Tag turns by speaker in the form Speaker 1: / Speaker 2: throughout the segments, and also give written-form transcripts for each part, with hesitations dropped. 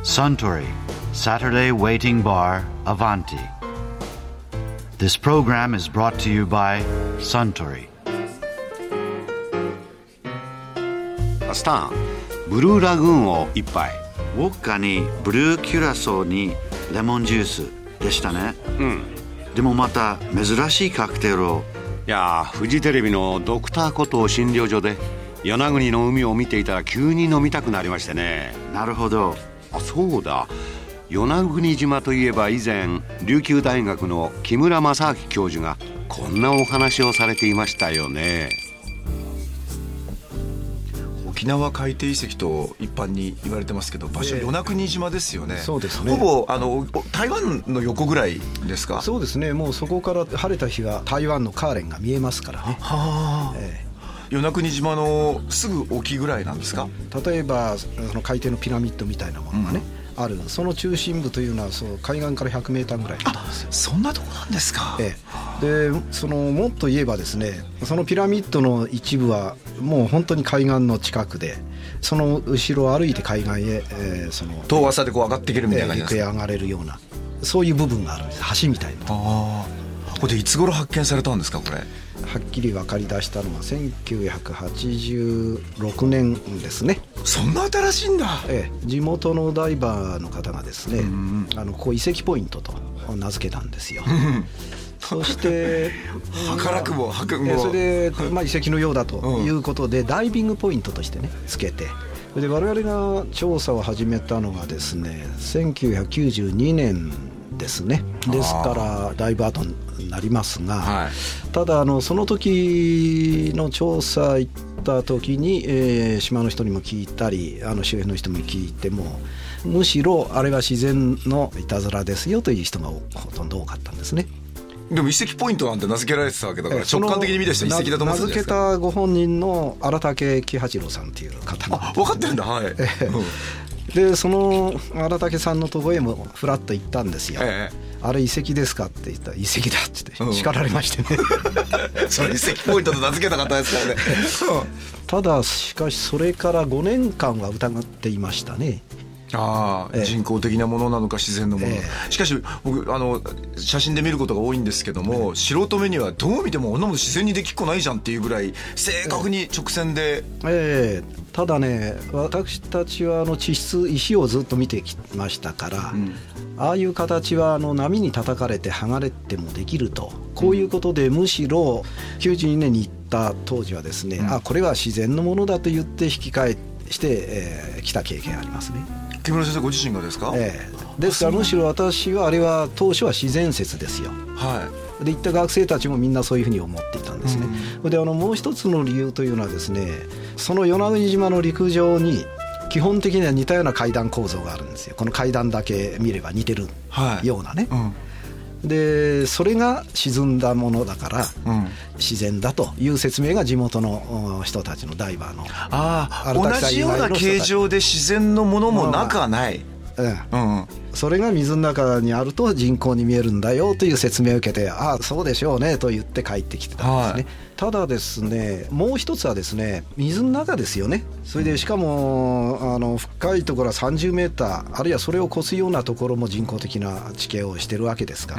Speaker 1: Suntory Saturday Waiting Bar Avanti. This program is brought to you by Suntory.
Speaker 2: スタンブルーラグーンを一杯。
Speaker 1: ウォッカにブルーキュラソーにレモンジュースでしたね。でもまた珍しいカクテルを。
Speaker 2: いやフジテレビのドクターコトー診療所で与那国の海を見ていたら急に飲みたくなりましてね。
Speaker 1: なるほど。
Speaker 2: あ、そうだ、与那国島といえば以前琉球大学の木村正明教授がこんなお話をされていましたよね。
Speaker 3: 沖縄海底遺跡と一般に言われてますけど、場所与那国島ですよね。
Speaker 4: そうですね。
Speaker 3: ほぼ台湾の横ぐらいですか。
Speaker 4: そうですね。もうそこから晴れた日は台湾のカーレンが見えますからね。
Speaker 3: はあ、与那国島のすぐ沖ぐらいなんですか。
Speaker 4: 例えばその海底のピラミッドみたいなものがね、あるその中心部というのはそう海岸から100メーターぐらいなんですよ。
Speaker 3: そんなとこなんですか。
Speaker 4: でもっと言えばですね、そのピラミッドの一部はもう本当に海岸の近くで、その後ろを歩いて海岸へ、
Speaker 3: 遠浅でこう上がっていけるみたいな感じですか。
Speaker 4: 行方上がれるようなそういう部分があるんです。橋みたいな。
Speaker 3: これでいつ頃発見されたんですか。これ
Speaker 4: はっきり分かり出したのは1986年ですね。
Speaker 3: そんな新しいんだ。
Speaker 4: 地元のダイバーの方がですね、ここ遺跡ポイントと名付けたんですよ。そして
Speaker 3: 儚くも
Speaker 4: それで、遺跡のようだということで、ダイビングポイントとしてねつけて、で我々が調査を始めたのがですね1992年ですね。ですからだいぶ後になりますが、ただその時の調査行った時に、島の人にも聞いたり周辺の人も聞いても、むしろあれは自然のいたずらですよという人がほとんど多かったんですね。
Speaker 3: でも遺跡ポイントなんて名付けられてたわけだから、直感的に見た人は遺跡だと思ってたんじゃないですか。名付けた
Speaker 4: ご本人の荒竹喜八郎さんという方が
Speaker 3: 分かってるんだ。
Speaker 4: でその荒竹さんのところへもフラッと行ったんですよ。あれ遺跡ですかって言ったら、遺跡だって言って叱られましてね。
Speaker 3: それ遺跡ポイントと名付けた方ですからね。
Speaker 4: ただしかしそれから5年間は疑っていましたね。
Speaker 3: 人工的なものなのか自然のもの、しかし僕写真で見ることが多いんですけども、素人目にはどう見てもこんなもの自然にできっこないじゃんっていうぐらい正確に直線で、
Speaker 4: ただね、私たちは地質石をずっと見てきましたから、ああいう形は波に叩かれて剥がれてもできると、こういうことでむしろ92年に行った当時はですね、これは自然のものだと言って引き換えしてきた経験ありますね。
Speaker 3: 木村先生ご自身がですか。
Speaker 4: ですからむしろ私はあれは当初は自然説ですよ。で行った学生たちもみんなそういうふうに思っていたんですね。でもう一つの理由というのはですね、その与那国島の陸上に基本的には似たような階段構造があるんですよ。この階段だけ見れば似てるようなね、でそれが沈んだものだから、自然だという説明が地元の人たちのダイバーの
Speaker 3: 同じような形状で自然のものもなくはない、
Speaker 4: それが水の中にあると人工に見えるんだよという説明を受けて、そうでしょうねと言って帰ってきてたんですね。ただですね、もう一つはですね、水の中ですよね。それでしかも深いところは30メーターあるいはそれを越すようなところも人工的な地形をしてるわけですから、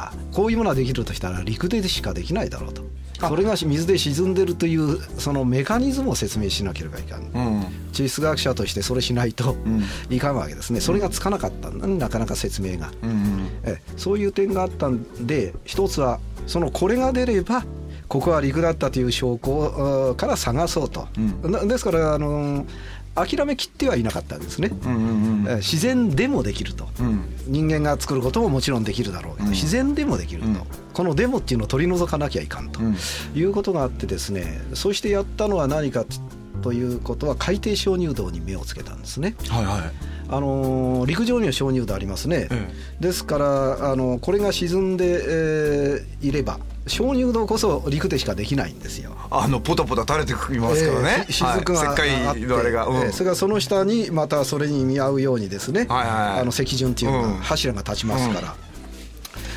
Speaker 4: こういうものができるとしたら陸でしかできないだろうと。それが水で沈んでるというそのメカニズムを説明しなければいかん、地質学者としてそれしないといかんわけですね。それがつかなかったんだね、なかなか説明が、そういう点があったんで、一つはこれが出ればここは陸だったという証拠から探そうと、ですから諦めきってはいなかったんですね、自然でもできると、人間が作ることももちろんできるだろうけど、自然でもできると、このでもっていうのを取り除かなきゃいかんと、いうことがあってですね、そしてやったのは何かということは海底鍾乳洞に目をつけたんですね。陸上には鍾乳洞ありますね、ですからこれが沈んで、いれば鍾乳洞こそ陸でしかできないんですよ。
Speaker 3: ポタポタ垂れてきますからね、
Speaker 4: 雫があって、
Speaker 3: のあれが、
Speaker 4: それからその下にまたそれに見合うようにですね、石筍っていうのが柱が立ちますから、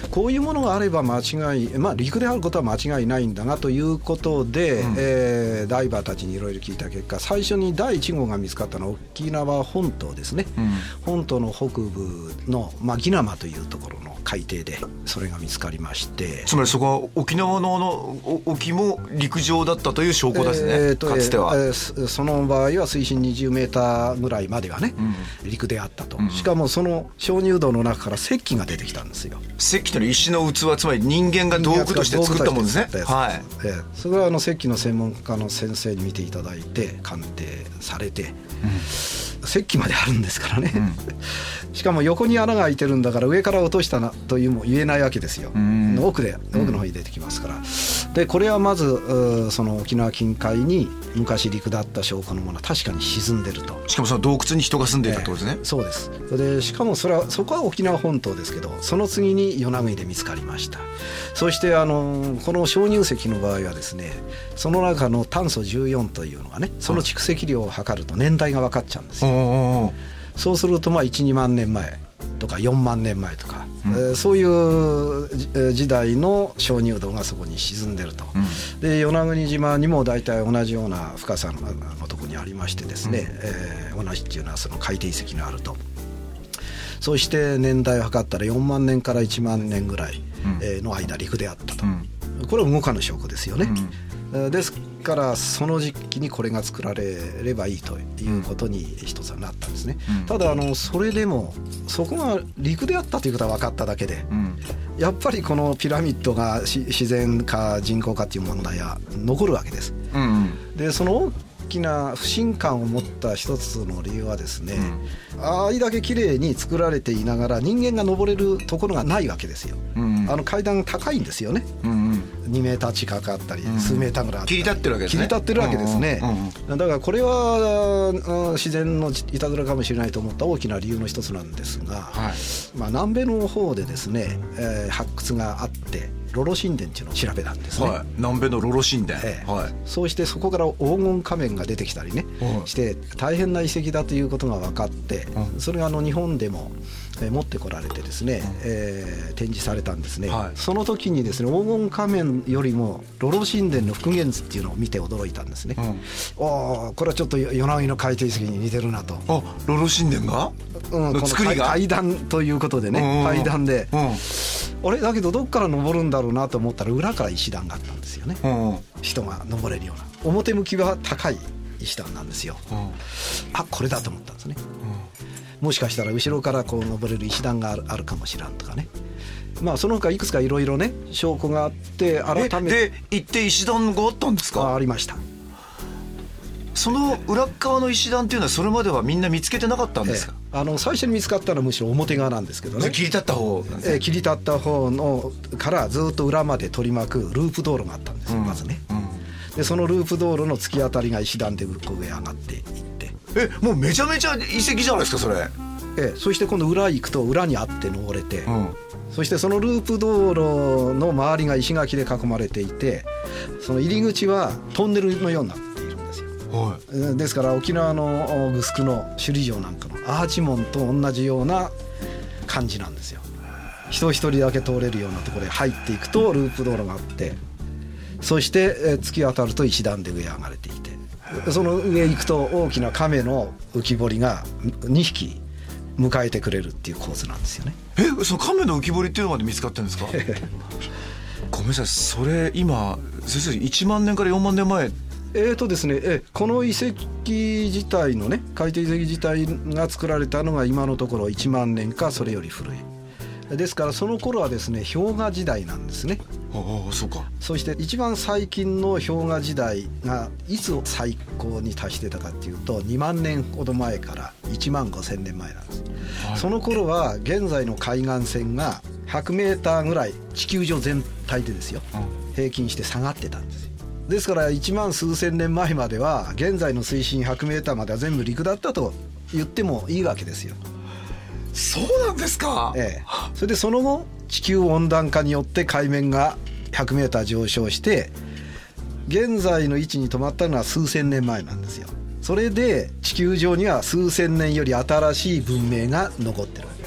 Speaker 4: こういうものがあれば間違い、陸であることは間違いないんだがということで、ダイバーたちにいろいろ聞いた結果、最初に第1号が見つかったのは沖縄本島ですね、本島の北部の、宜名というところの海底でそれが見つかりまして、
Speaker 3: つまりそこは沖縄の沖も陸上だったという証拠ですね、かつては、
Speaker 4: その場合は水深20メーターぐらいまではね、陸であったと、しかもその鍾乳洞の中から石器が出てきたんですよ。
Speaker 3: 石器というのは石の器、つまり人間が道具として作ったものですね。はい、
Speaker 4: それは石器の専門家の先生に見ていただいて鑑定されて、石器まであるんですからね、しかも横に穴が開いてるんだから上から落としたなというも言えないわけですよ、奥の方に出てきますから。でこれはまずその沖縄近海に昔陸だった証拠のものは確かに沈んでると。
Speaker 3: しかもその洞窟に人が住んでいたってことですね。
Speaker 4: そうです。でしかもそこは沖縄本島ですけど、その次に与那国で見つかりました。そしてこの鍾乳石の場合はですね、その中の炭素14というのがね、その蓄積量を測ると年代が分かっちゃうんですよ。そうすると1、2万年前とか4万年前とか、そういう時代の鍾乳洞がそこに沈んでると、で与那国島にも大体同じような深さのところにありましてですね、同じっていうのはその海底遺跡があると。そして年代を測ったら4万年から1万年ぐらいの間陸であったと、これは動かぬ証拠ですよね。ですからその時期にこれが作られればいいということに一つはなったんですね。ただそれでもそこが陸であったということは分かっただけで、やっぱりこのピラミッドが自然か人工かという問題は残るわけです。でその大きな不信感を持った一つの理由はですね、ああいうだけ綺麗に作られていながら人間が登れるところがないわけですよ。階段高いんですよね。2メーター近くあったり、数メーターぐらいあったり、
Speaker 3: 切り立ってるわけですね。
Speaker 4: 切り立ってるわけですね。だからこれは自然のいたずらかもしれないと思った大きな理由の一つなんですが、南米の方でですね、発掘があってロロ神殿っていうのを調べたんですね。
Speaker 3: 南米のロロ神殿、
Speaker 4: そうしてそこから黄金仮面が出てきたりね、して大変な遺跡だということが分かって、それが日本でも持ってこられてですね、展示されたんですね。その時にですね、黄金仮面よりもロロ神殿の復元図っていうのを見て驚いたんですね。これはちょっと与那国の海底遺跡に似てるなと。
Speaker 3: ロロ神殿が、この
Speaker 4: 階段ということでね、階段で、あれだけどどっから登るんだろうなと思ったら裏から石段があったんですよね。人が登れるような表向きは高い石段なんですよ。これだと思ったんですね。もしかしたら後ろからこう登れる石段があるかもしらんとかね。その他いくつかいろいろね証拠があって、改めて
Speaker 3: で行って石段があったんですか。
Speaker 4: ありました。
Speaker 3: その裏側の石段っていうのはそれまではみんな見つけてなかったんですか。
Speaker 4: 最初に見つかったのはむしろ表側なんですけどね。
Speaker 3: 切り立った方、
Speaker 4: 切り立った方のからずっと裏まで取り巻くループ道路があったんですよ、まずね。でそのループ道路の突き当たりが石段で上上がっていって、
Speaker 3: もうめちゃめちゃ遺跡じゃないですかそれ。
Speaker 4: そして今度裏行くと裏にあって登れて、そしてそのループ道路の周りが石垣で囲まれていて、その入り口はトンネルのようになっているんですよ。ですから沖縄のグスクの首里城なんかのアーチ門と同じような感じなんですよ。人一人だけ通れるようなところへ入っていくとループ道路があって、そして突き当たると石段で上上がれていて、その上行くと大きな亀の浮き彫りが2匹迎えてくれるっていうコースなんですよね。
Speaker 3: その亀の浮き彫りっていうのまで見つかってるんですか。ごめんなさい、それ今先生1万年から4万年前
Speaker 4: ですね、この遺跡自体のね、海底遺跡自体が作られたのが今のところ1万年かそれより古い。ですからその頃はですね氷河時代なんですね。
Speaker 3: そうか。
Speaker 4: そして一番最近の氷河時代がいつ最高に達してたかっていうと2万年ほど前から1万5000年前なんです。その頃は現在の海岸線が100メーターぐらい地球上全体でですよ、平均して下がってたんですよ。ですから1万数千年前までは現在の水深100メーターまでは全部陸だったと言ってもいいわけですよ。
Speaker 3: そうなんですか。
Speaker 4: それでその後地球温暖化によって海面が100メーター上昇して現在の位置に止まったのは数千年前なんですよ。それで地球上には数千年より新しい文明が残ってるわけです。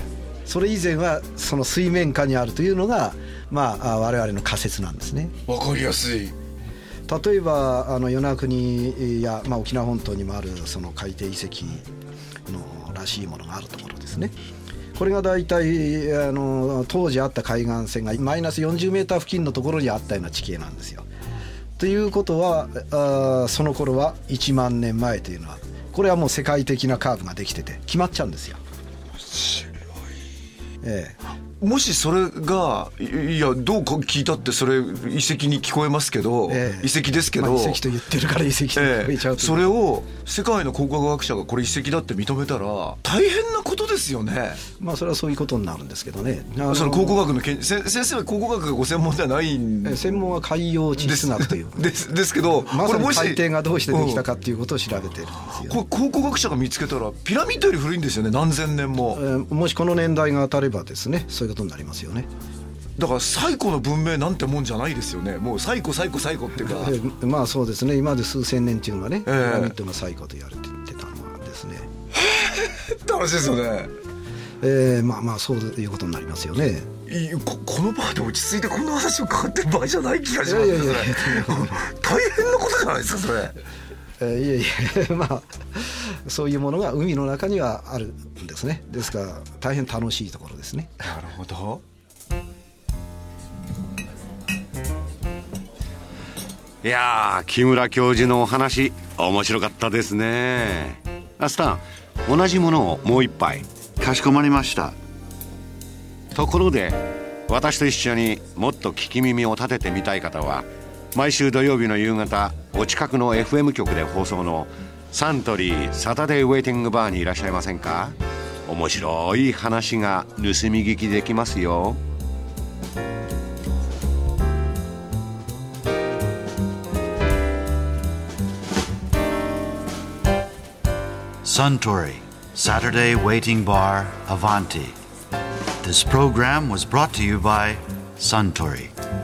Speaker 4: それ以前はその水面下にあるというのが、我々の仮説なんですね。
Speaker 3: わかりやすい。
Speaker 4: 例えば与那国や、沖縄本島にもあるその海底遺跡のらしいものがあるところですね。これが大体当時あった海岸線がマイナス40メーター付近のところにあったような地形なんですよ。ということはその頃は1万年前というのは、これはもう世界的なカーブができてて決まっちゃうんですよ。
Speaker 3: もしそれがいやどうか聞いたってそれ遺跡に聞こえますけど、遺跡ですけど、
Speaker 4: 遺跡と言ってるから遺跡と聞こえちゃうという、
Speaker 3: それを世界の考古学者がこれ遺跡だって認めたら大変なことですよね。
Speaker 4: それはそういうことになるんですけどね。
Speaker 3: その考古学の先生は考古学がご専門ではないん
Speaker 4: 専門は海洋地質学という
Speaker 3: ですけど、
Speaker 4: まさに海底がどうしてできたかっていうことを調べてるんですよ、
Speaker 3: これ考古学者が見つけたらピラミッドより古いんですよね、何千年も。
Speaker 4: もしこの年代が当たればですね、そういうことになりますよね。
Speaker 3: だから最古の文明なんてもんじゃないですよね。もう最古っていうか、
Speaker 4: そうですね。今まで数千年っていうのはね、ピラミッドが最古と言われてたのはですね
Speaker 3: って話ですよね。
Speaker 4: そういうことになりますよね。
Speaker 3: この場で落ち着いてこんな話をかかってる場合じゃない気がしますね。大変なことじゃないですかそれ。
Speaker 4: そういうものが海の中にはあるんですね。ですから大変楽しいところですね。
Speaker 3: なるほど。
Speaker 2: いやー、木村教授のお話面白かったですね。スタン、同じものをもう一杯。
Speaker 1: かしこまりました。
Speaker 2: ところで私と一緒にもっと聞き耳を立ててみたい方は、毎週土曜日の夕方お近くの FM 局で放送のサントリーサタデーウェイティングバーにいらっしゃいませんか。面白い話が盗み聞きできますよ。
Speaker 1: Suntory Saturday Waiting Bar Avanti. This program was brought to you by Suntory.